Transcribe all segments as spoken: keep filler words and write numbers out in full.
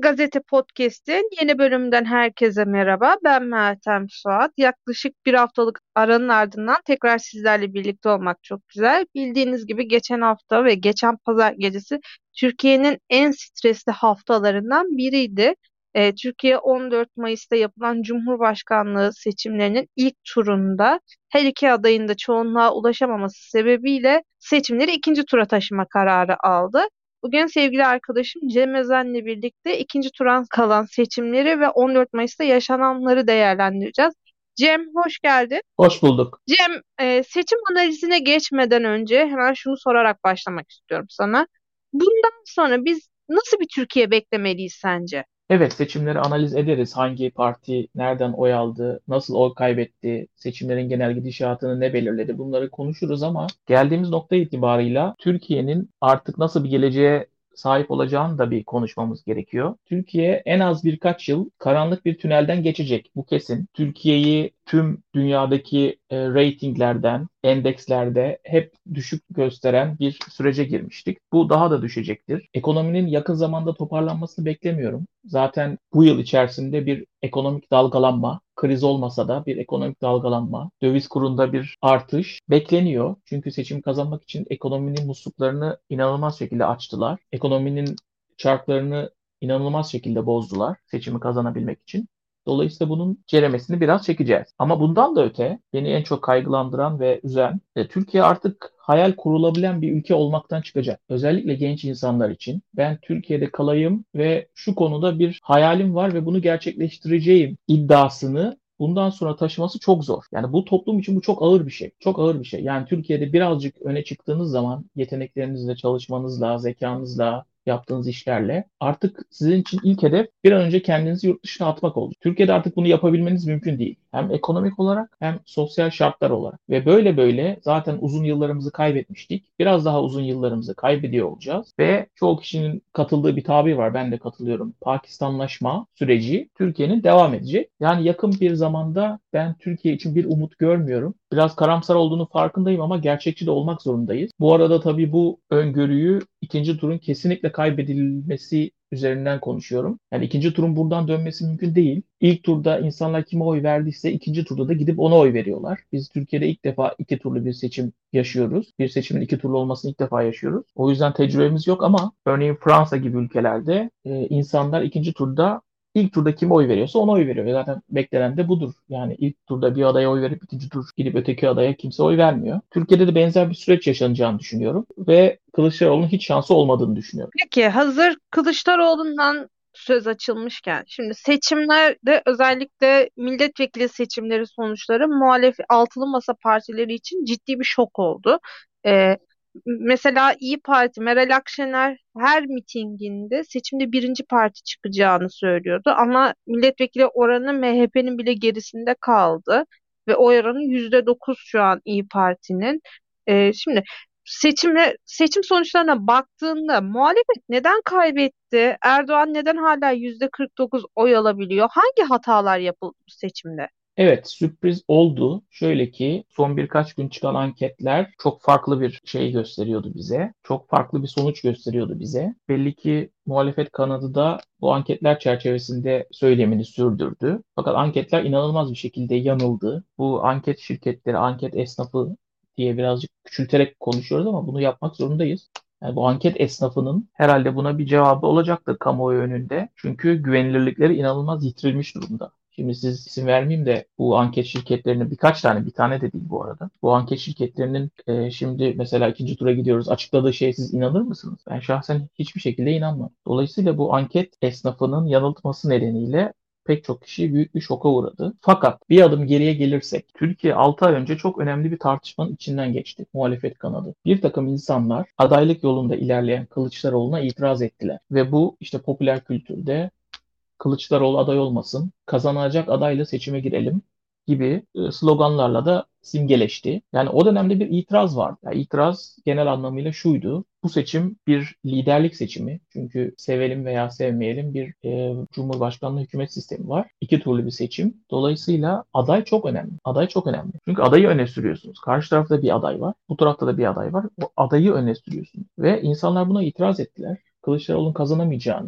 Gazete Podcast'in yeni bölümünden herkese merhaba. Ben Meltem Suat. Yaklaşık bir haftalık aranın ardından tekrar sizlerle birlikte olmak çok güzel. Bildiğiniz gibi geçen hafta ve geçen pazar gecesi Türkiye'nin en stresli haftalarından biriydi. Ee, Türkiye on dört Mayıs'ta yapılan Cumhurbaşkanlığı seçimlerinin ilk turunda her iki adayın da çoğunluğa ulaşamaması sebebiyle seçimleri ikinci tura taşıma kararı aldı. Bugün sevgili arkadaşım Cem Özen'le birlikte ikinci tura kalan seçimleri ve on dört Mayıs'ta yaşananları değerlendireceğiz. Cem, hoş geldin. Hoş bulduk. Cem, e, seçim analizine geçmeden önce hemen şunu sorarak başlamak istiyorum sana. Bundan sonra biz nasıl bir Türkiye beklemeliyiz sence? Evet, seçimleri analiz ederiz. Hangi parti nereden oy aldı, nasıl oy kaybetti, seçimlerin genel gidişatını ne belirledi, bunları konuşuruz ama geldiğimiz nokta itibarıyla Türkiye'nin artık nasıl bir geleceğe sahip olacağını da bir konuşmamız gerekiyor. Türkiye en az birkaç yıl karanlık bir tünelden geçecek. Bu kesin. Türkiye'yi tüm dünyadaki e, reytinglerden, endekslerde hep düşük gösteren bir sürece girmiştik. Bu daha da düşecektir. Ekonominin yakın zamanda toparlanmasını beklemiyorum. Zaten bu yıl içerisinde bir ekonomik dalgalanma, kriz olmasa da bir ekonomik dalgalanma, döviz kurunda bir artış bekleniyor. Çünkü seçim kazanmak için ekonominin musluklarını inanılmaz şekilde açtılar. Ekonominin çarklarını inanılmaz şekilde bozdular seçimi kazanabilmek için. Dolayısıyla bunun ceremesini biraz çekeceğiz. Ama bundan da öte beni en çok kaygılandıran ve üzen e, Türkiye artık hayal kurulabilen bir ülke olmaktan çıkacak. Özellikle genç insanlar için. Ben Türkiye'de kalayım ve şu konuda bir hayalim var ve bunu gerçekleştireceğim iddiasını bundan sonra taşıması çok zor. Yani bu toplum için bu çok ağır bir şey. Çok ağır bir şey. Yani Türkiye'de birazcık öne çıktığınız zaman yeteneklerinizle, çalışmanızla, zekanızla, yaptığınız işlerle artık sizin için ilk hedef bir an önce kendinizi yurt dışına atmak oldu. Türkiye'de artık bunu yapabilmeniz mümkün değil. Hem ekonomik olarak hem sosyal şartlar olarak. Ve böyle böyle zaten uzun yıllarımızı kaybetmiştik. Biraz daha uzun yıllarımızı kaybediyor olacağız. Ve çoğu kişinin katıldığı bir tabir var. Ben de katılıyorum. Pakistanlaşma süreci Türkiye'nin devam edecek. Yani yakın bir zamanda ben Türkiye için bir umut görmüyorum. Biraz karamsar olduğunu farkındayım ama gerçekçi de olmak zorundayız. Bu arada tabii bu öngörüyü ikinci turun kesinlikle kaybedilmesi üzerinden konuşuyorum. Yani ikinci turun buradan dönmesi mümkün değil. İlk turda insanlar kime oy verdiyse ikinci turda da gidip ona oy veriyorlar. Biz Türkiye'de ilk defa iki turlu bir seçim yaşıyoruz. Bir seçimin iki turlu olmasını ilk defa yaşıyoruz. O yüzden tecrübemiz yok ama örneğin Fransa gibi ülkelerde e, insanlar ikinci turda İlk turda kim oy veriyorsa ona oy veriyor. Ve zaten beklenen de budur. Yani ilk turda bir adaya oy verip ikinci tur gidip öteki adaya kimse oy vermiyor. Türkiye'de de benzer bir süreç yaşanacağını düşünüyorum. Ve Kılıçdaroğlu'nun hiç şansı olmadığını düşünüyorum. Peki hazır Kılıçdaroğlu'ndan söz açılmışken şimdi seçimlerde özellikle milletvekili seçimleri sonuçları muhalefet altılı masa partileri için ciddi bir şok oldu. Ee, Mesela İyi Parti Meral Akşener her mitinginde seçimde birinci parti çıkacağını söylüyordu ama milletvekili oranı M H P'nin bile gerisinde kaldı ve oy oranı yüzde dokuz şu an İyi Parti'nin. Ee, şimdi seçime, seçim sonuçlarına baktığında muhalefet neden kaybetti? Erdoğan neden hala yüzde kırk dokuz oy alabiliyor? Hangi hatalar yapıldı bu seçimde? Evet, sürpriz oldu. Şöyle ki son birkaç gün çıkan anketler çok farklı bir şey gösteriyordu bize. Çok farklı bir sonuç gösteriyordu bize. Belli ki muhalefet kanadı da bu anketler çerçevesinde söylemini sürdürdü. Fakat anketler inanılmaz bir şekilde yanıldı. Bu anket şirketleri, anket esnafı diye birazcık küçülterek konuşuyoruz ama bunu yapmak zorundayız. Yani bu anket esnafının herhalde buna bir cevabı olacaktır kamuoyu önünde. Çünkü güvenilirlikleri inanılmaz yitirilmiş durumda. Şimdi siz isim vermeyeyim de bu anket şirketlerinin birkaç tane, bir tane de değil bu arada. Bu anket şirketlerinin e, şimdi mesela ikinci tura gidiyoruz. Açıkladığı şeye siz inanır mısınız? Ben şahsen hiçbir şekilde inanmam. Dolayısıyla bu anket esnafının yanıltması nedeniyle pek çok kişi büyük bir şoka uğradı. Fakat bir adım geriye gelirsek, Türkiye altı ay önce çok önemli bir tartışmanın içinden geçti muhalefet kanadı. Bir takım insanlar adaylık yolunda ilerleyen Kılıçdaroğlu'na itiraz ettiler. Ve bu işte popüler kültürde Kılıçdaroğlu aday olmasın, kazanacak adayla seçime girelim gibi e, sloganlarla da simgeleşti. Yani o dönemde bir itiraz vardı. Yani itiraz genel anlamıyla şuydu. Bu seçim bir liderlik seçimi. Çünkü sevelim veya sevmeyelim bir e, Cumhurbaşkanlığı hükümet sistemi var. İki turlu bir seçim. Dolayısıyla aday çok önemli. Aday çok önemli. Çünkü adayı öne sürüyorsunuz. Karşı tarafta bir aday var. Bu tarafta da bir aday var. O adayı öne sürüyorsunuz. Ve insanlar buna itiraz ettiler. Kılıçdaroğlu'nun kazanamayacağını,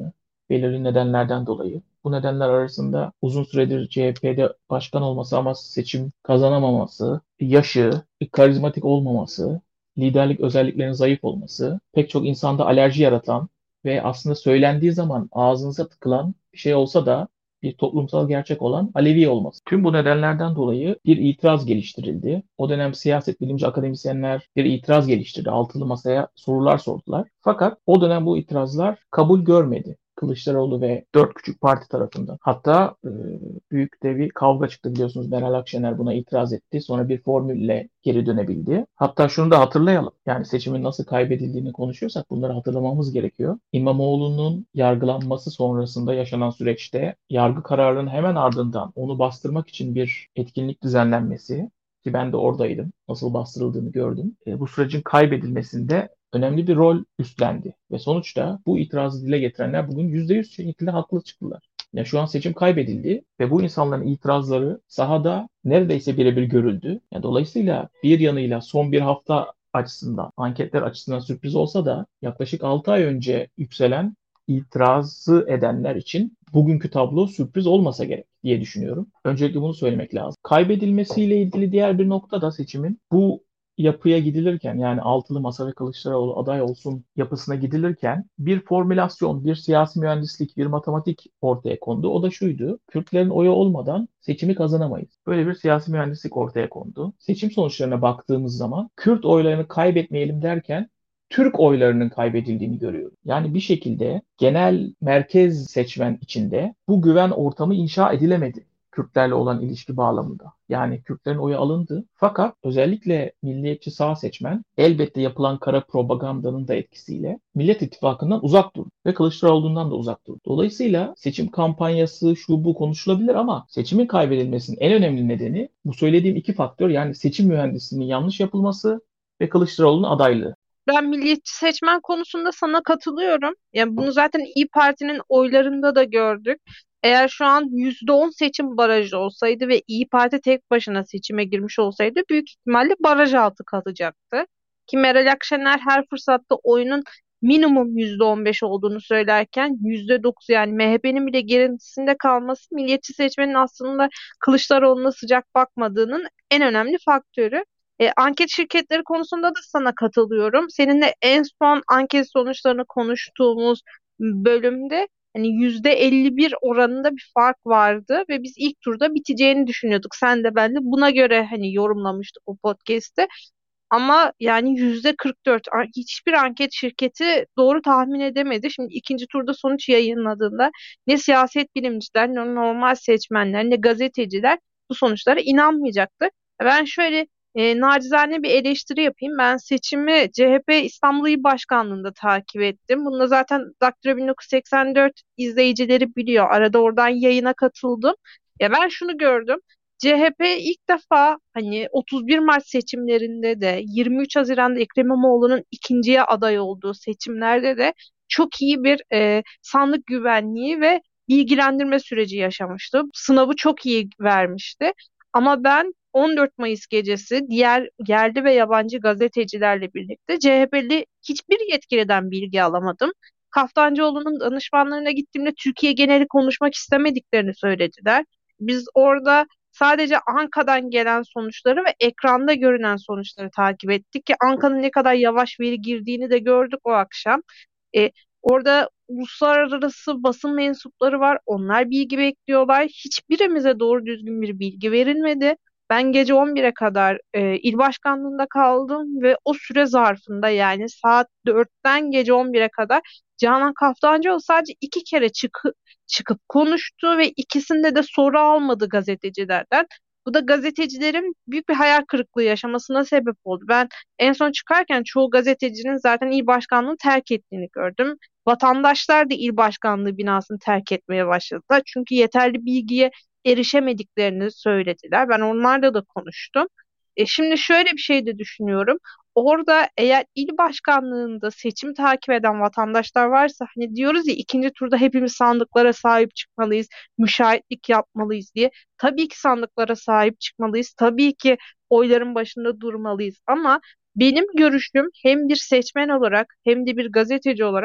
belirli nedenlerden dolayı. Bu nedenler arasında uzun süredir C H P'de başkan olması ama seçim kazanamaması, yaşı, karizmatik olmaması, liderlik özelliklerinin zayıf olması, pek çok insanda alerji yaratan ve aslında söylendiği zaman ağzınıza tıkılan bir şey olsa da bir toplumsal gerçek olan Alevi olması. Tüm bu nedenlerden dolayı bir itiraz geliştirildi. O dönem siyaset bilimci akademisyenler bir itiraz geliştirdi. Altılı masaya sorular sordular. Fakat o dönem bu itirazlar kabul görmedi. Kılıçdaroğlu ve dört küçük parti tarafından. Hatta e, büyük de bir kavga çıktı biliyorsunuz. Meral Akşener buna itiraz etti. Sonra bir formülle geri dönebildi. Hatta şunu da hatırlayalım. Yani seçimin nasıl kaybedildiğini konuşuyorsak bunları hatırlamamız gerekiyor. İmamoğlu'nun yargılanması sonrasında yaşanan süreçte yargı kararının hemen ardından onu bastırmak için bir etkinlik düzenlenmesi ki ben de oradaydım. Nasıl bastırıldığını gördüm. E, bu sürecin kaybedilmesinde önemli bir rol üstlendi. Ve sonuçta bu itirazı dile getirenler bugün yüzde yüz şekilde haklı çıktılar. Ya şu an seçim kaybedildi ve bu insanların itirazları sahada neredeyse birebir görüldü. Yani dolayısıyla bir yanıyla son bir hafta açısından, anketler açısından sürpriz olsa da yaklaşık altı ay önce yükselen itirazı edenler için bugünkü tablo sürpriz olmasa gerek diye düşünüyorum. Öncelikle bunu söylemek lazım. Kaybedilmesiyle ilgili diğer bir nokta da seçimin bu yapıya gidilirken yani altılı masa ve Kılıçdaroğlu aday olsun yapısına gidilirken bir formülasyon, bir siyasi mühendislik, bir matematik ortaya kondu. O da şuydu. Kürtlerin oyu olmadan seçimi kazanamayız. Böyle bir siyasi mühendislik ortaya kondu. Seçim sonuçlarına baktığımız zaman Kürt oylarını kaybetmeyelim derken Türk oylarının kaybedildiğini görüyoruz. Yani bir şekilde genel merkez seçmen içinde bu güven ortamı inşa edilemedi. Kürtlerle olan ilişki bağlamında. Yani Kürtlerin oyu alındı. Fakat özellikle milliyetçi sağ seçmen elbette yapılan kara propagandanın da etkisiyle Millet İttifakı'ndan uzak durdu. Ve Kılıçdaroğlu'ndan da uzak durdu. Dolayısıyla seçim kampanyası şu bu konuşulabilir ama seçimin kaybedilmesinin en önemli nedeni bu söylediğim iki faktör yani seçim mühendisliğinin yanlış yapılması ve Kılıçdaroğlu'nun adaylığı. Ben milliyetçi seçmen konusunda sana katılıyorum. Yani bunu zaten İyi Parti'nin oylarında da gördük. Eğer şu an yüzde on seçim barajı olsaydı ve İyi Parti tek başına seçime girmiş olsaydı büyük ihtimalle baraj altı kalacaktı. Ki Meral Akşener her fırsatta oyunun minimum yüzde on beş olduğunu söylerken yüzde dokuz yani M H P'nin bile gerisinde kalması milliyetçi seçmenin aslında Kılıçdaroğlu'na sıcak bakmadığının en önemli faktörü. E, anket şirketleri konusunda da sana katılıyorum. Seninle en son anket sonuçlarını konuştuğumuz bölümde hani yüzde elli bir oranında bir fark vardı ve biz ilk turda biteceğini düşünüyorduk. Sen de ben de buna göre hani yorumlamıştık o podcast'te. Ama yani yüzde kırk dört a- hiçbir anket şirketi doğru tahmin edemedi. Şimdi ikinci turda sonuç yayınladığında ne siyaset bilimciler, ne normal seçmenler, ne gazeteciler bu sonuçlara inanmayacaktı. Ben şöyle e, nacizane bir eleştiri yapayım. Ben seçimi C H P İstanbul İl Başkanlığı'nda takip ettim. Bunda zaten Daktilo bin dokuz yüz seksen dört izleyicileri biliyor. Arada oradan yayına katıldım. Ya ben şunu gördüm. C H P ilk defa hani otuz bir Mart seçimlerinde de yirmi üç Haziran'da Ekrem İmamoğlu'nun ikinciye aday olduğu seçimlerde de çok iyi bir e, sandık güvenliği ve bilgilendirme süreci yaşamıştı. Sınavı çok iyi vermişti. Ama ben on dört Mayıs gecesi diğer yerli ve yabancı gazetecilerle birlikte C H P'li hiçbir yetkiliden bilgi alamadım. Kaftancıoğlu'nun danışmanlarına gittiğimde Türkiye geneli konuşmak istemediklerini söylediler. Biz orada sadece Anka'dan gelen sonuçları ve ekranda görünen sonuçları takip ettik ki Anka'nın ne kadar yavaş veri girdiğini de gördük o akşam. E, Orada uluslararası basın mensupları var. Onlar bilgi bekliyorlar. Hiçbirimize doğru düzgün bir bilgi verilmedi. Ben gece on bire kadar e, il başkanlığında kaldım ve o süre zarfında yani saat dörtten gece on bire kadar Canan Kaftancıoğlu sadece iki kere çıkıp çıkıp konuştu ve ikisinde de soru almadı gazetecilerden. Bu da gazetecilerin büyük bir hayal kırıklığı yaşamasına sebep oldu. Ben en son çıkarken çoğu gazetecinin zaten il başkanlığını terk ettiğini gördüm. Vatandaşlar da il başkanlığı binasını terk etmeye başladılar. Çünkü yeterli bilgiye erişemediklerini söylediler. Ben onlarla da konuştum. E şimdi şöyle bir şey de düşünüyorum. Orada eğer il başkanlığında seçim takip eden vatandaşlar varsa hani diyoruz ya ikinci turda hepimiz sandıklara sahip çıkmalıyız, müşahitlik yapmalıyız diye. Tabii ki sandıklara sahip çıkmalıyız. Tabii ki oyların başında durmalıyız. Ama benim görüşüm hem bir seçmen olarak hem de bir gazeteci olarak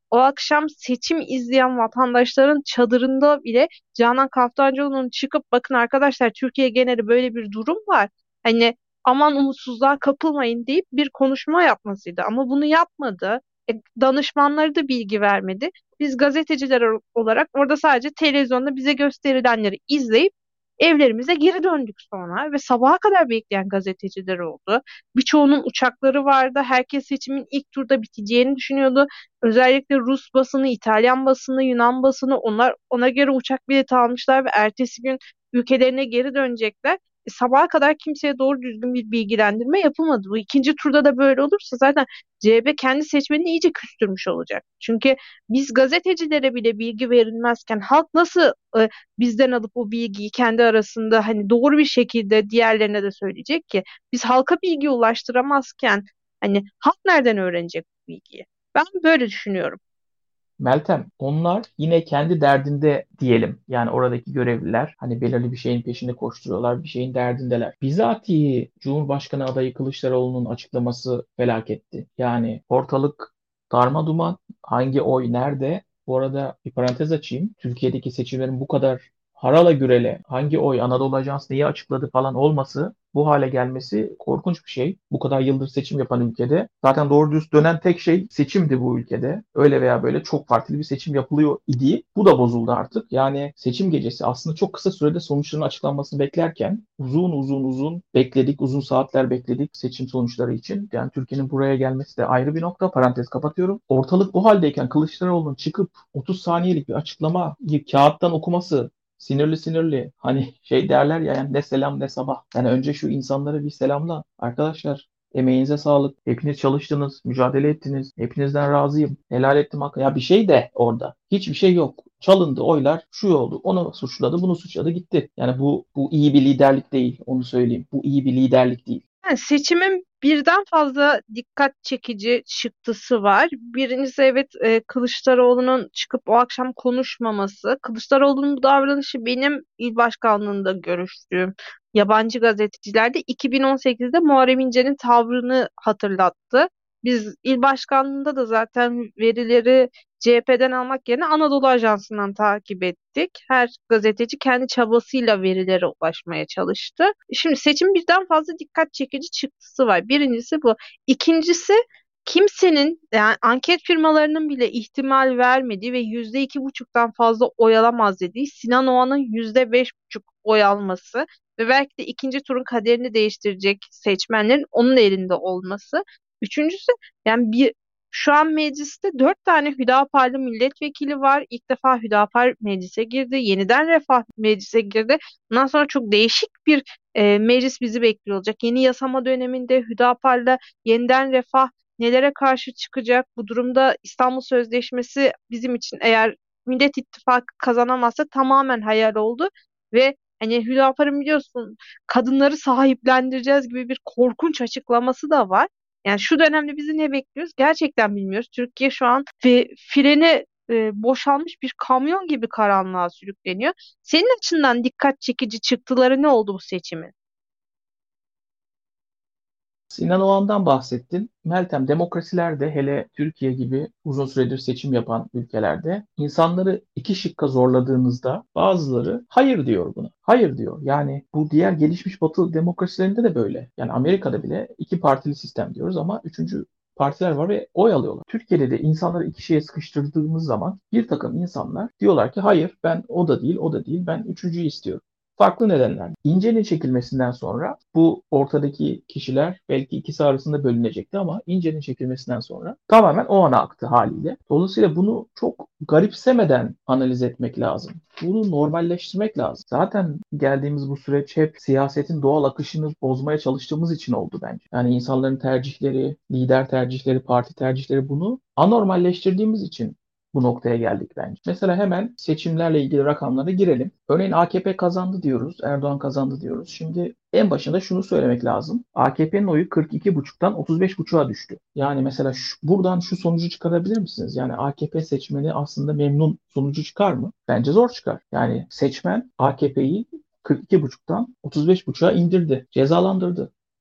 o akşam seçim izleyen vatandaşların çadırında bile Canan Kaftancıoğlu'nun çıkıp bakın arkadaşlar Türkiye geneli böyle bir durum var. Hani aman umutsuzluğa kapılmayın deyip bir konuşma yapmasıydı. Ama bunu yapmadı. E, danışmanları da bilgi vermedi. Biz gazeteciler olarak orada sadece televizyonda bize gösterilenleri izleyip evlerimize geri döndük sonra ve sabaha kadar bekleyen gazeteciler oldu. Birçoğunun uçakları vardı. Herkes seçimin ilk turda biteceğini düşünüyordu. Özellikle Rus basını, İtalyan basını, Yunan basını onlar ona göre uçak bileti almışlar ve ertesi gün ülkelerine geri dönecekler. E, sabaha kadar kimseye doğru düzgün bir bilgilendirme yapılmadı. Bu ikinci turda da böyle olursa zaten C H P kendi seçmenini iyice küstürmüş olacak. Çünkü biz gazetecilere bile bilgi verilmezken halk nasıl e, bizden alıp o bilgiyi kendi arasında hani doğru bir şekilde diğerlerine de söyleyecek ki? Biz halka bilgi ulaştıramazken hani halk nereden öğrenecek bu bilgiyi? Ben böyle düşünüyorum. Meltem, onlar yine kendi derdinde diyelim. Yani oradaki görevliler hani belirli bir şeyin peşinde koşturuyorlar, bir şeyin derdindeler. Bizatihi Cumhurbaşkanı adayı Kılıçdaroğlu'nun açıklaması felaketti. Yani ortalık darma duman, hangi oy nerede? Bu arada bir parantez açayım. Türkiye'deki seçimlerin bu kadar harala gürele hangi oy Anadolu Ajansı neyi açıkladı falan olması, bu hale gelmesi korkunç bir şey. Bu kadar yıldır seçim yapan ülkede. Zaten doğru dürüst dönen tek şey seçimdi bu ülkede. Öyle veya böyle çok partili bir seçim yapılıyor idi. Bu da bozuldu artık. Yani seçim gecesi aslında çok kısa sürede sonuçların açıklanmasını beklerken uzun uzun uzun bekledik. Uzun saatler bekledik seçim sonuçları için. Yani Türkiye'nin buraya gelmesi de ayrı bir nokta. Parantez kapatıyorum. Ortalık bu haldeyken Kılıçdaroğlu'nun çıkıp otuz saniyelik bir açıklama kağıttan okuması, sinirli sinirli. Hani şey derler ya, yani ne selam ne sabah. Yani önce şu insanları bir selamla. Arkadaşlar, emeğinize sağlık. Hepiniz çalıştınız, mücadele ettiniz. Hepinizden razıyım. Helal ettim hakkı. Ya bir şey de orada. Hiçbir şey yok. Çalındı oylar, şu oldu. Onu suçladı, bunu suçladı, gitti. Yani bu bu iyi bir liderlik değil. Onu söyleyeyim. Bu iyi bir liderlik değil. Yani seçimin birden fazla dikkat çekici çıktısı var. Birincisi evet e, Kılıçdaroğlu'nun çıkıp o akşam konuşmaması. Kılıçdaroğlu'nun bu davranışı benim il başkanlığında görüştüğüm yabancı gazetecilerde iki bin on sekizde Muharrem İnce'nin tavrını hatırlattı. Biz il başkanlığında da zaten verileri C H P'den almak yerine Anadolu Ajansı'ndan takip ettik. Her gazeteci kendi çabasıyla verilere ulaşmaya çalıştı. Şimdi seçim birden fazla dikkat çekici çıktısı var. Birincisi bu. İkincisi kimsenin yani anket firmalarının bile ihtimal vermediği ve yüzde iki buçuktan fazla oy alamaz dediği Sinan Oğan'ın yüzde beş buçuk oy alması ve belki de ikinci turun kaderini değiştirecek seçmenlerin onun elinde olması. Üçüncüsü yani bir şu an mecliste dört tane Hüdaparlı milletvekili var. İlk defa Hüdapar meclise girdi. Yeniden Refah meclise girdi. Bundan sonra çok değişik bir e, meclis bizi bekliyor olacak. Yeni yasama döneminde Hüdapar'la yeniden Refah nelere karşı çıkacak? Bu durumda İstanbul Sözleşmesi bizim için eğer Millet İttifakı kazanamazsa tamamen hayal oldu ve hani Hüdapar'ın biliyorsun kadınları sahiplendireceğiz gibi bir korkunç açıklaması da var. Yani şu dönemde bizi ne bekliyoruz? Gerçekten bilmiyoruz. Türkiye şu an fi- freni e, boşalmış bir kamyon gibi karanlığa sürükleniyor. Senin açından dikkat çekici çıktıları ne oldu bu seçimin? Sinan Oğan'dan bahsettin. Meltem, demokrasilerde hele Türkiye gibi uzun süredir seçim yapan ülkelerde insanları iki şıkka zorladığınızda bazıları hayır diyor buna. Hayır diyor. Yani bu diğer gelişmiş Batı demokrasilerinde de böyle. Yani Amerika'da bile iki partili sistem diyoruz ama üçüncü partiler var ve oy alıyorlar. Türkiye'de de insanları iki şeye sıkıştırdığımız zaman bir takım insanlar diyorlar ki hayır, ben o da değil o da değil, ben üçüncüyü istiyorum. Farklı nedenler. İnce'nin çekilmesinden sonra bu ortadaki kişiler belki ikisi arasında bölünecekti ama İnce'nin çekilmesinden sonra tamamen o ana aktı haliyle. Dolayısıyla bunu çok garipsemeden analiz etmek lazım. Bunu normalleştirmek lazım. Zaten geldiğimiz bu süreç hep siyasetin doğal akışını bozmaya çalıştığımız için oldu bence. Yani insanların tercihleri, lider tercihleri, parti tercihleri, bunu anormalleştirdiğimiz için bu noktaya geldik bence. Mesela hemen seçimlerle ilgili rakamlara girelim. Örneğin A K P kazandı diyoruz, Erdoğan kazandı diyoruz. Şimdi en başında şunu söylemek lazım. A K P'nin oyu kırk iki buçuktan otuz beş buçuğa düştü. Yani mesela şu, buradan şu sonucu çıkarabilir misiniz? Yani A K P seçmeni aslında memnun sonucu çıkar mı? Bence zor çıkar. Yani seçmen A K P'yi kırk iki buçuktan otuz beş buçuğa indirdi, cezalandırdı.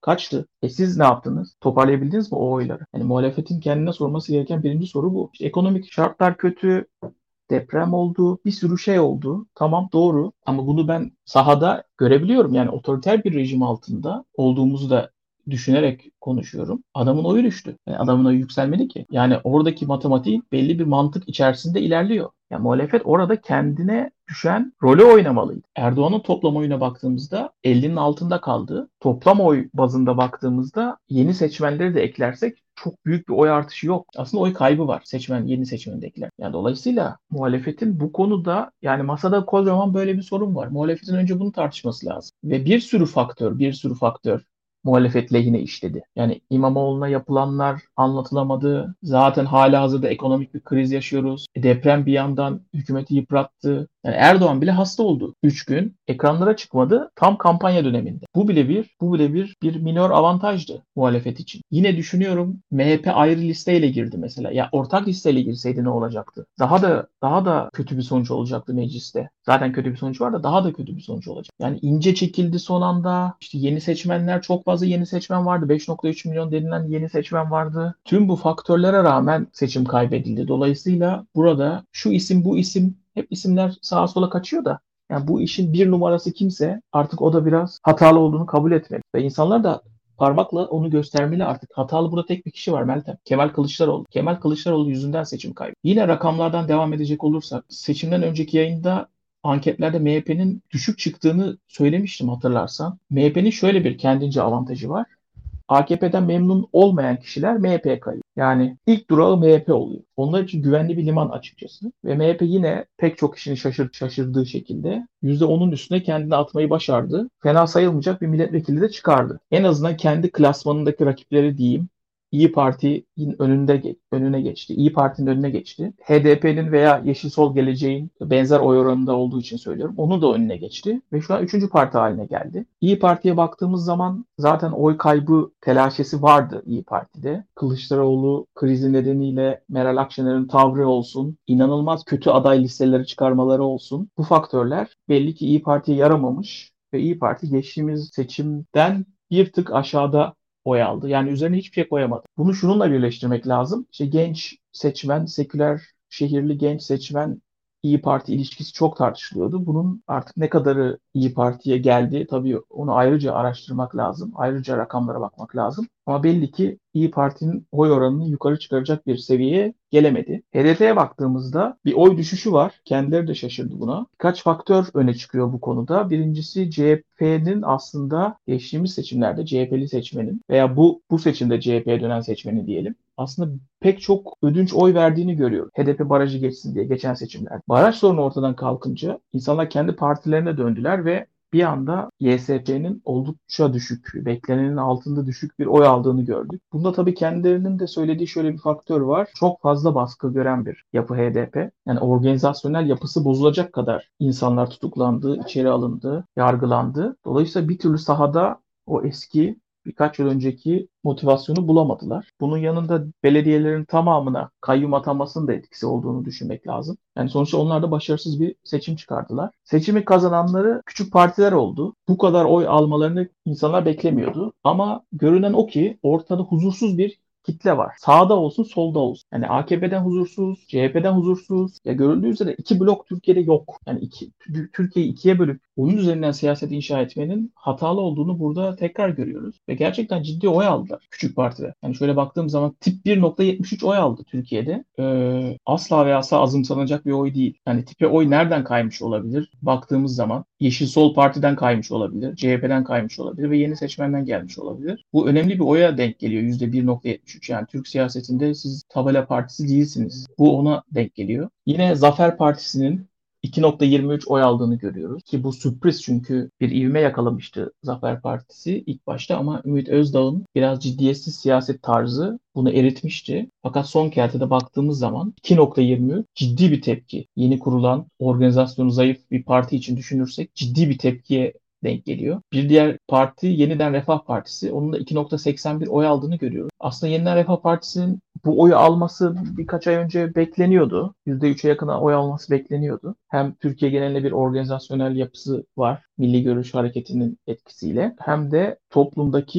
kaçtı. E siz ne yaptınız? Toparlayabildiniz mi o oyları? Yani muhalefetin kendine sorması gereken birinci soru bu. İşte ekonomik şartlar kötü, deprem oldu, bir sürü şey oldu. Tamam, doğru, ama bunu ben sahada görebiliyorum. Yani otoriter bir rejim altında olduğumuzu da düşünerek konuşuyorum. Adamın oyu düştü. Yani adamın oyu yükselmedi ki. Yani oradaki matematik belli bir mantık içerisinde ilerliyor. Yani muhalefet orada kendine düşen rolü oynamalıydı. Erdoğan'ın toplam oyuna baktığımızda ellinin altında kaldı. Toplam oy bazında baktığımızda yeni seçmenleri de eklersek çok büyük bir oy artışı yok. Aslında oy kaybı var seçmen, yeni seçmendekiler. Yani dolayısıyla muhalefetin bu konuda, yani masada kocaman böyle bir sorun var. Muhalefetin önce bunu tartışması lazım. Ve bir sürü faktör, bir sürü faktör muhalefet lehine işledi. Yani İmamoğlu'na yapılanlar anlatılamadı. Zaten halihazırda ekonomik bir kriz yaşıyoruz. E, deprem bir yandan hükümeti yıprattı. Yani Erdoğan bile hasta oldu. Üç gün ekranlara çıkmadı tam kampanya döneminde. Bu bile bir, bu bile bir bir minor avantajdı muhalefet için. Yine düşünüyorum, M H P ayrı listeyle girdi mesela. Ya ortak listeyle girseydi ne olacaktı? Daha da daha da kötü bir sonuç olacaktı mecliste. Zaten kötü bir sonuç var da daha da kötü bir sonuç olacak. Yani ince çekildi son anda. İşte yeni seçmenler, çok fazla yeni seçmen vardı. beş nokta üç milyon denilen yeni seçmen vardı. Tüm bu faktörlere rağmen seçim kaybedildi. Dolayısıyla burada şu isim bu isim, hep isimler sağa sola kaçıyor da, yani bu işin bir numarası kimse artık o da biraz hatalı olduğunu kabul etmeli. Ve insanlar da parmakla onu göstermeli artık. Hatalı burada tek bir kişi var, Meltem. Kemal Kılıçdaroğlu. Kemal Kılıçdaroğlu yüzünden seçim kaybetti. Yine rakamlardan devam edecek olursak, seçimden önceki yayında anketlerde M H P'nin düşük çıktığını söylemiştim, hatırlarsan. M H P'nin şöyle bir kendince avantajı var. A K P'den memnun olmayan kişiler M H P'ye kayıyor. Yani ilk durağı M H P oluyor. Onlar için güvenli bir liman açıkçası. Ve M H P yine pek çok kişinin şaşır, şaşırdığı şekilde yüzde onun üstüne kendini atmayı başardı. Fena sayılmayacak bir milletvekili de çıkardı. En azından kendi klasmanındaki rakipleri diyeyim, İyi Parti'nin önünde önüne geçti. İyi Parti'nin önüne geçti. H D P'nin veya Yeşil Sol Geleceğin benzer oy oranında olduğu için söylüyorum. Onun da önüne geçti ve şu an üçüncü parti haline geldi. İyi Parti'ye baktığımız zaman zaten oy kaybı telaşesi vardı İyi Parti'de. Kılıçdaroğlu krizi nedeniyle Meral Akşener'in tavrı olsun, inanılmaz kötü aday listeleri çıkarmaları olsun. Bu faktörler belli ki İyi Parti'ye yaramamış ve İyi Parti geçtiğimiz seçimden bir tık aşağıda oy aldı. Yani üzerine hiçbir şey koyamadı. Bunu şununla birleştirmek lazım. İşte genç seçmen, seküler şehirli genç seçmen İyi Parti ilişkisi çok tartışılıyordu. Bunun artık ne kadarı İyi Parti'ye geldi, tabii onu ayrıca araştırmak lazım. Ayrıca rakamlara bakmak lazım. Ama belli ki İyi Parti'nin oy oranını yukarı çıkaracak bir seviyeye gelemedi. H D P'ye baktığımızda bir oy düşüşü var. Kendileri de şaşırdı buna. Birkaç faktör öne çıkıyor bu konuda. Birincisi, C H P'nin aslında geçtiğimiz seçimlerde C H P'li seçmenin veya bu bu seçimde C H P'ye dönen seçmeni diyelim, aslında pek çok ödünç oy verdiğini görüyoruz. H D P barajı geçsin diye geçen seçimler. Baraj sorunu ortadan kalkınca insanlar kendi partilerine döndüler ve bir anda Y S P'nin oldukça düşük, beklenenin altında düşük bir oy aldığını gördük. Bunda tabii kendilerinin de söylediği şöyle bir faktör var. Çok fazla baskı gören bir yapı H D P. Yani organizasyonel yapısı bozulacak kadar insanlar tutuklandı, içeri alındı, yargılandı. Dolayısıyla bir türlü sahada o eski, birkaç yıl önceki motivasyonu bulamadılar. Bunun yanında belediyelerin tamamına kayyum atamasının da etkisi olduğunu düşünmek lazım. Yani sonuçta onlar da başarısız bir seçim çıkardılar. Seçimi kazananları küçük partiler oldu. Bu kadar oy almalarını insanlar beklemiyordu. Ama görünen o ki ortada huzursuz bir kitle var. Sağda olsun, solda olsun. Yani A K P'den huzursuz, C H P'den huzursuz. Ya görüldüğü üzere iki blok Türkiye'de yok. Yani iki, Türkiye'yi ikiye bölüp onun üzerinden siyaset inşa etmenin hatalı olduğunu burada tekrar görüyoruz. Ve gerçekten ciddi oy aldılar küçük partiler. Yani şöyle baktığım zaman tip bir nokta yetmiş üç oy aldı Türkiye'de. Ee, asla ve asla azımsanacak bir oy değil. Yani tipe oy nereden kaymış olabilir? Baktığımız zaman Yeşil Sol Parti'den kaymış olabilir, C H P'den kaymış olabilir ve yeni seçmenden gelmiş olabilir. Bu önemli bir oya denk geliyor. yüzde bir nokta yetmiş üç. Yani Türk siyasetinde siz tabela partisi değilsiniz. Bu ona denk geliyor. Yine Zafer Partisi'nin iki nokta yirmi üç oy aldığını görüyoruz. Ki bu sürpriz, çünkü bir ivme yakalamıştı Zafer Partisi ilk başta ama Ümit Özdağ'ın biraz ciddiyetsiz siyaset tarzı bunu eritmişti. Fakat son kertede baktığımız zaman iki nokta yirmi üç ciddi bir tepki. Yeni kurulan, organizasyonu zayıf bir parti için düşünürsek ciddi bir tepkiye denk geliyor. Bir diğer parti Yeniden Refah Partisi. Onun da iki nokta seksen bir oy aldığını görüyoruz. Aslında Yeniden Refah Partisi'nin bu oyu alması birkaç ay önce bekleniyordu. yüzde üçe yakın oy alması bekleniyordu. Hem Türkiye genelinde bir organizasyonel yapısı var, Milli Görüş Hareketi'nin etkisiyle, hem de toplumdaki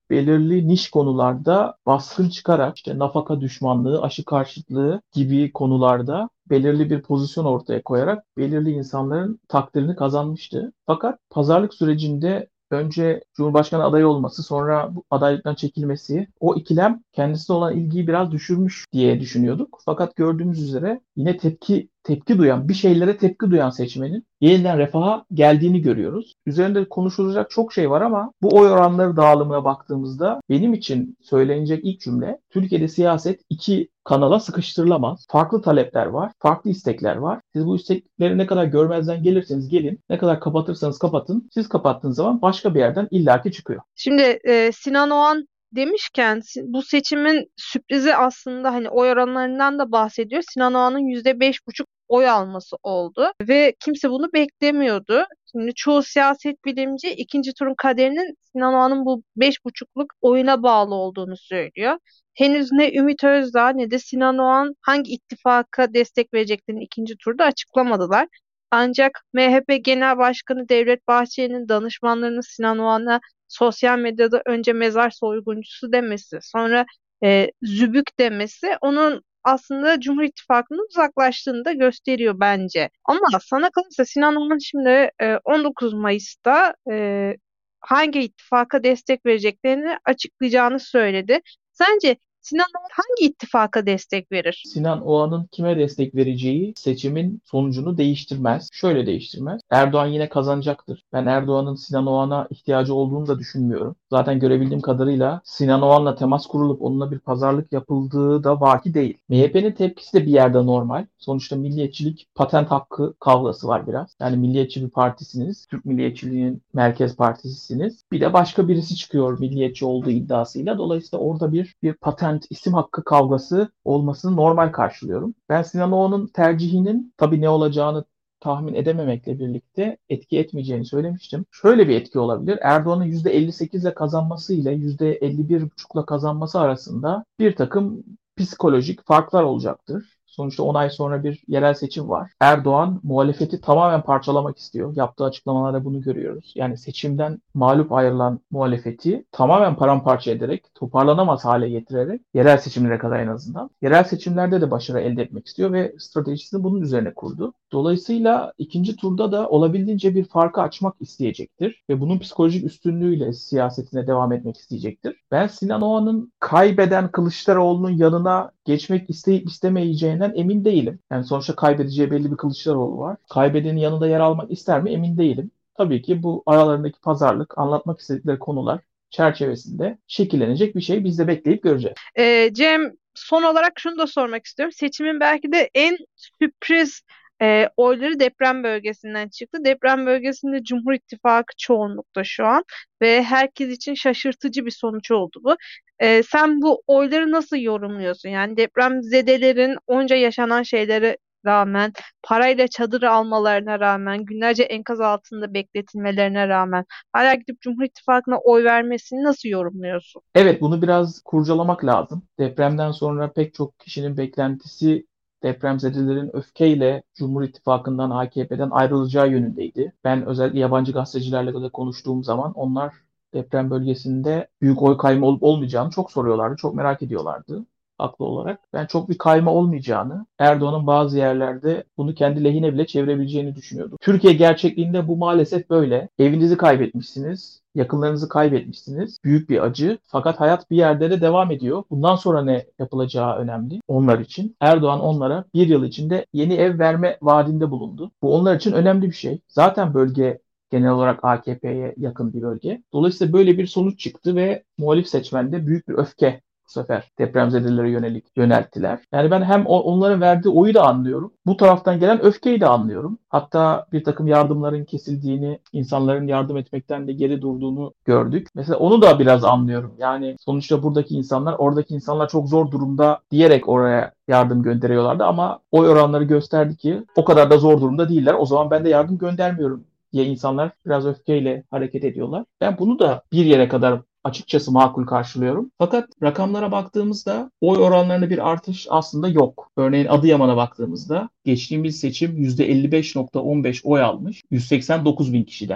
belirli niş konularda baskın çıkarak işte nafaka düşmanlığı, aşı karşıtlığı gibi konularda belirli bir pozisyon ortaya koyarak belirli insanların takdirini kazanmıştı. Fakat pazarlık sürecinde önce Cumhurbaşkanı adayı olması, sonra bu adaylıktan çekilmesi, o ikilem kendisine olan ilgiyi biraz düşürmüş diye düşünüyorduk. Fakat gördüğümüz üzere yine tepki tepki duyan, bir şeylere tepki duyan seçmenin yeniden refaha geldiğini görüyoruz. Üzerinde konuşulacak çok şey var ama bu oy oranları dağılımına baktığımızda benim için söylenecek ilk cümle, Türkiye'de siyaset iki kanala sıkıştırılamaz. Farklı talepler var, farklı istekler var. Siz bu istekleri ne kadar görmezden gelirseniz gelin, ne kadar kapatırsanız kapatın, siz kapattığınız zaman başka bir yerden illaki çıkıyor. Şimdi e, Sinan Oğan demişken si- bu seçimin sürprizi aslında hani oy oranlarından da bahsediyor. Sinan Oğan'ın yüzde beş buçuk oy alması oldu ve kimse bunu beklemiyordu. Şimdi çoğu siyaset bilimci ikinci turun kaderinin Sinan Oğan'ın bu beş buçukluk oyuna bağlı olduğunu söylüyor. Henüz ne Ümit Özdağ ne de Sinan Oğan hangi ittifaka destek vereceklerini ikinci turda açıklamadılar. Ancak M H P Genel Başkanı Devlet Bahçeli'nin danışmanlarının Sinan Oğan'a sosyal medyada önce mezar soyguncusu demesi, sonra e, zübük demesi onun aslında Cumhur İttifakı'nın uzaklaştığını da gösteriyor bence. Ama sana kalırsa Sinan Oğan şimdi e, on dokuz Mayıs'ta e, hangi ittifaka destek vereceklerini açıklayacağını söyledi. Sence Sinan Oğan hangi ittifaka destek verir? Sinan Oğan'ın kime destek vereceği seçimin sonucunu değiştirmez. Şöyle değiştirmez. Erdoğan yine kazanacaktır. Ben Erdoğan'ın Sinan Oğan'a ihtiyacı olduğunu da düşünmüyorum. Zaten görebildiğim kadarıyla Sinan Oğan'la temas kurulup onunla bir pazarlık yapıldığı da vaki değil. M H P'nin tepkisi de bir yerde normal. Sonuçta milliyetçilik patent hakkı kavgası var biraz. Yani milliyetçi bir partisiniz. Türk milliyetçiliğinin merkez partisisiniz. Bir de başka birisi çıkıyor milliyetçi olduğu iddiasıyla. Dolayısıyla orada bir bir patent isim hakkı kavgası olmasını normal karşılıyorum. Ben Sinan Oğan'ın tercihinin tabii ne olacağını tahmin edememekle birlikte etki etmeyeceğini söylemiştim. Şöyle bir etki olabilir. Erdoğan'ın yüzde elli sekiz ile kazanması ile yüzde elli bir buçuk ile kazanması arasında bir takım psikolojik farklar olacaktır. Sonuçta on ay sonra bir yerel seçim var. Erdoğan muhalefeti tamamen parçalamak istiyor. Yaptığı açıklamalarda bunu görüyoruz. Yani seçimden mağlup ayrılan muhalefeti tamamen paramparça ederek, toparlanamaz hale getirerek, yerel seçimlere kadar en azından, yerel seçimlerde de başarı elde etmek istiyor ve stratejisini bunun üzerine kurdu. Dolayısıyla ikinci turda da olabildiğince bir farkı açmak isteyecektir ve bunun psikolojik üstünlüğüyle siyasetine devam etmek isteyecektir. Ben Sinan Oğan'ın kaybeden Kılıçdaroğlu'nun yanına geçmek isteyip istemeyeceğinden emin değilim. Yani sonuçta kaybedeceği belli bir Kılıçdaroğlu var. Kaybedenin yanında yer almak ister mi emin değilim. Tabii ki bu aralarındaki pazarlık, anlatmak istedikleri konular çerçevesinde şekillenecek bir şey, biz de bekleyip göreceğiz. Ee, Cem, son olarak şunu da sormak istiyorum. Seçimin belki de en sürpriz e, oyları deprem bölgesinden çıktı. Deprem bölgesinde Cumhur İttifakı çoğunlukta şu an ve herkes için şaşırtıcı bir sonuç oldu bu. Ee, sen bu oyları nasıl yorumluyorsun? Yani depremzedelerin onca yaşanan şeylere rağmen, parayla çadır almalarına rağmen, günlerce enkaz altında bekletilmelerine rağmen hala gidip Cumhur İttifakı'na oy vermesini nasıl yorumluyorsun? Evet, bunu biraz kurcalamak lazım. Depremden sonra pek çok kişinin beklentisi depremzedelerin öfkeyle Cumhur İttifakı'ndan, A K P'den ayrılacağı yönündeydi. Ben özellikle yabancı gazetecilerle de konuştuğum zaman onlar deprem bölgesinde büyük oy kayma olup olmayacağını çok soruyorlardı, çok merak ediyorlardı. Haklı olarak. Ben çok bir kayma olmayacağını, Erdoğan'ın bazı yerlerde bunu kendi lehine bile çevirebileceğini düşünüyordum. Türkiye gerçekliğinde bu maalesef böyle. Evinizi kaybetmişsiniz, yakınlarınızı kaybetmişsiniz. Büyük bir acı. Fakat hayat bir yerde de devam ediyor. Bundan sonra ne yapılacağı önemli onlar için. Erdoğan onlara bir yıl içinde yeni ev verme vaadinde bulundu. Bu onlar için önemli bir şey. Zaten bölge genel olarak A K P'ye yakın bir bölge. Dolayısıyla böyle bir sonuç çıktı ve muhalif seçmende büyük bir öfke bu sefer depremzedelere yönelik yönelttiler. Yani ben hem o, onların verdiği oyu da anlıyorum. Bu taraftan gelen öfkeyi de anlıyorum. Hatta bir takım yardımların kesildiğini, insanların yardım etmekten de geri durduğunu gördük. Mesela onu da biraz anlıyorum. Yani sonuçta buradaki insanlar, oradaki insanlar çok zor durumda diyerek oraya yardım gönderiyorlardı ama oy oranları gösterdi ki o kadar da zor durumda değiller. O zaman ben de yardım göndermiyorum diye insanlar biraz öfkeyle hareket ediyorlar. Ben bunu da bir yere kadar açıkçası makul karşılıyorum. Fakat rakamlara baktığımızda oy oranlarında bir artış aslında yok. Örneğin Adıyaman'a baktığımızda geçtiğimiz seçim yüzde elli beş virgül on beş oy almış yüz seksen dokuz bin kişiden.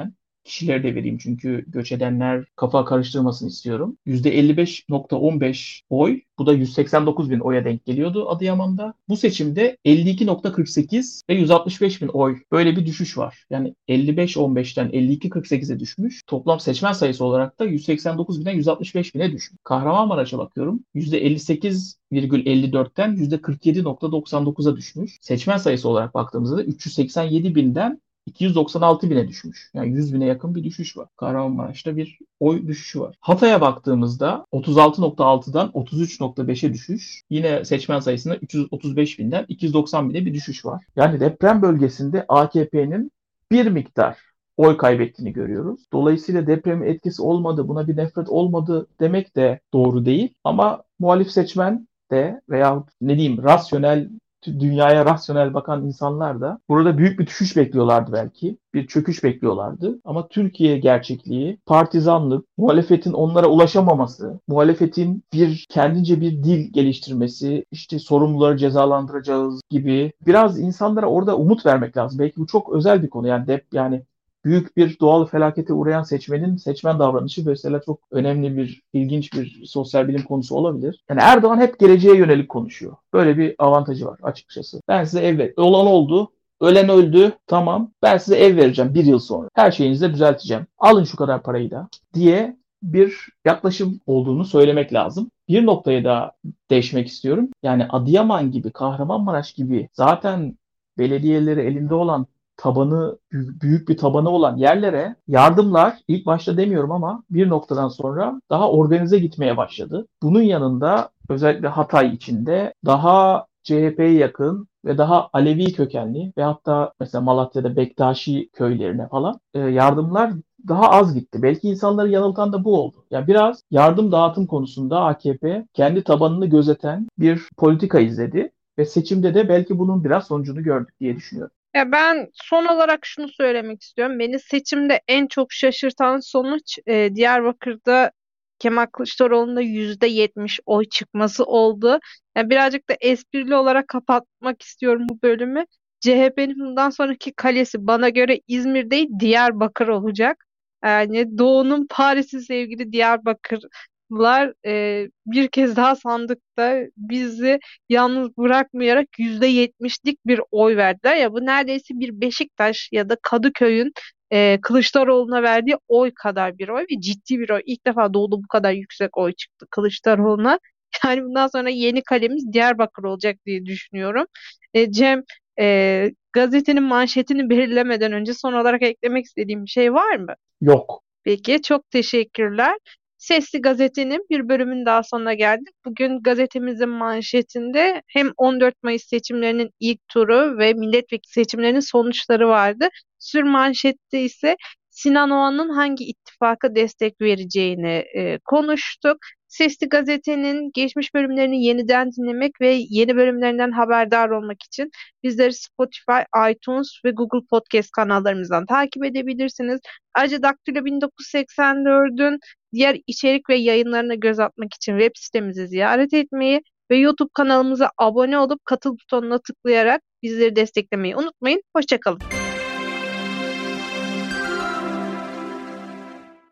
kişileri de vereyim çünkü göç edenler kafa karıştırmasını istiyorum. yüzde elli beş nokta on beş oy, bu da yüz seksen dokuz bin oya denk geliyordu Adıyaman'da. Bu seçimde elli iki nokta kırk sekiz ve yüz altmış beş bin oy, böyle bir düşüş var. Yani elli beş on beşten elli iki kırk sekize düşmüş. Toplam seçmen sayısı olarak da yüz seksen dokuz binden yüz altmış beş bine düşmüş. Kahramanmaraş'a bakıyorum. yüzde elli sekiz virgül elli dörtten yüzde kırk yedi nokta doksan dokuza düşmüş. Seçmen sayısı olarak baktığımızda da üç yüz seksen yedi binden iki yüz doksan altı bine düşmüş. Yani yüz bine yakın bir düşüş var. Kahramanmaraş'ta bir oy düşüşü var. Hatay'a baktığımızda otuz altı nokta altıdan otuz üç nokta beşe düşüş. Yine seçmen sayısında üç yüz otuz beş binden iki yüz doksan bine bir düşüş var. Yani deprem bölgesinde A K P'nin bir miktar oy kaybettiğini görüyoruz. Dolayısıyla depremin etkisi olmadı, buna bir nefret olmadı demek de doğru değil. Ama muhalif seçmen de veya ne diyeyim rasyonel, dünyaya rasyonel bakan insanlar da burada büyük bir düşüş bekliyorlardı belki. Bir çöküş bekliyorlardı. Ama Türkiye gerçekliği, partizanlık, muhalefetin onlara ulaşamaması, muhalefetin bir kendince bir dil geliştirmesi, işte sorumluları cezalandıracağız gibi biraz insanlara orada umut vermek lazım. Belki bu çok özel bir konu. Yani dep yani büyük bir doğal felakete uğrayan seçmenin seçmen davranışı mesela çok önemli bir, ilginç bir sosyal bilim konusu olabilir. Yani Erdoğan hep geleceğe yönelik konuşuyor. Böyle bir avantajı var açıkçası. Ben size ev ver. Olan oldu. Ölen öldü. Tamam. Ben size ev vereceğim bir yıl sonra. Her şeyinizi de düzelteceğim. Alın şu kadar parayı da diye bir yaklaşım olduğunu söylemek lazım. Bir noktaya daha değişmek istiyorum. Yani Adıyaman gibi, Kahramanmaraş gibi zaten belediyeleri elinde olan, tabanı büyük bir tabanı olan yerlere yardımlar ilk başta demiyorum ama bir noktadan sonra daha organize gitmeye başladı. Bunun yanında özellikle Hatay içinde daha C H P'ye yakın ve daha Alevi kökenli ve hatta mesela Malatya'da Bektaşi köylerine falan e, yardımlar daha az gitti. Belki insanları yanıltan da bu oldu. Yani biraz yardım dağıtım konusunda A K P kendi tabanını gözeten bir politika izledi ve seçimde de belki bunun biraz sonucunu gördük diye düşünüyorum. Ya ben son olarak şunu söylemek istiyorum. Beni seçimde en çok şaşırtan sonuç e, Diyarbakır'da Kemal Kılıçdaroğlu'nda yüzde yetmiş oy çıkması oldu. Yani birazcık da esprili olarak kapatmak istiyorum bu bölümü. C H P'nin bundan sonraki kalesi bana göre İzmir değil Diyarbakır olacak. Yani Doğu'nun Paris'i sevgili Diyarbakırlılar e, bir kez daha sandıkta bizi yalnız bırakmayarak yüzde yetmişlik bir oy verdiler. Ya bu neredeyse bir Beşiktaş ya da Kadıköy'ün e, Kılıçdaroğlu'na verdiği oy kadar bir oy ve ciddi bir oy. İlk defa Doğu'da bu kadar yüksek oy çıktı Kılıçdaroğlu'na. Yani bundan sonra yeni kalemiz Diyarbakır olacak diye düşünüyorum. E, Cem, e, gazetenin manşetini belirlemeden önce son olarak eklemek istediğim bir şey var mı? Yok. Peki, çok teşekkürler. Sesli Gazete'nin bir bölümün daha sonuna geldik. Bugün gazetemizin manşetinde hem on dört Mayıs seçimlerinin ilk turu ve milletvekili seçimlerinin sonuçları vardı. Sür manşette ise Sinan Oğan'ın hangi ittifaka destek vereceğini e, konuştuk. Sesli Gazete'nin geçmiş bölümlerini yeniden dinlemek ve yeni bölümlerinden haberdar olmak için bizleri Spotify, iTunes ve Google Podcast kanallarımızdan takip edebilirsiniz. Ayrıca Daktilo bin dokuz yüz seksen dördün diğer içerik ve yayınlarına göz atmak için web sitemizi ziyaret etmeyi ve YouTube kanalımıza abone olup katıl butonuna tıklayarak bizleri desteklemeyi unutmayın. Hoşça kalın.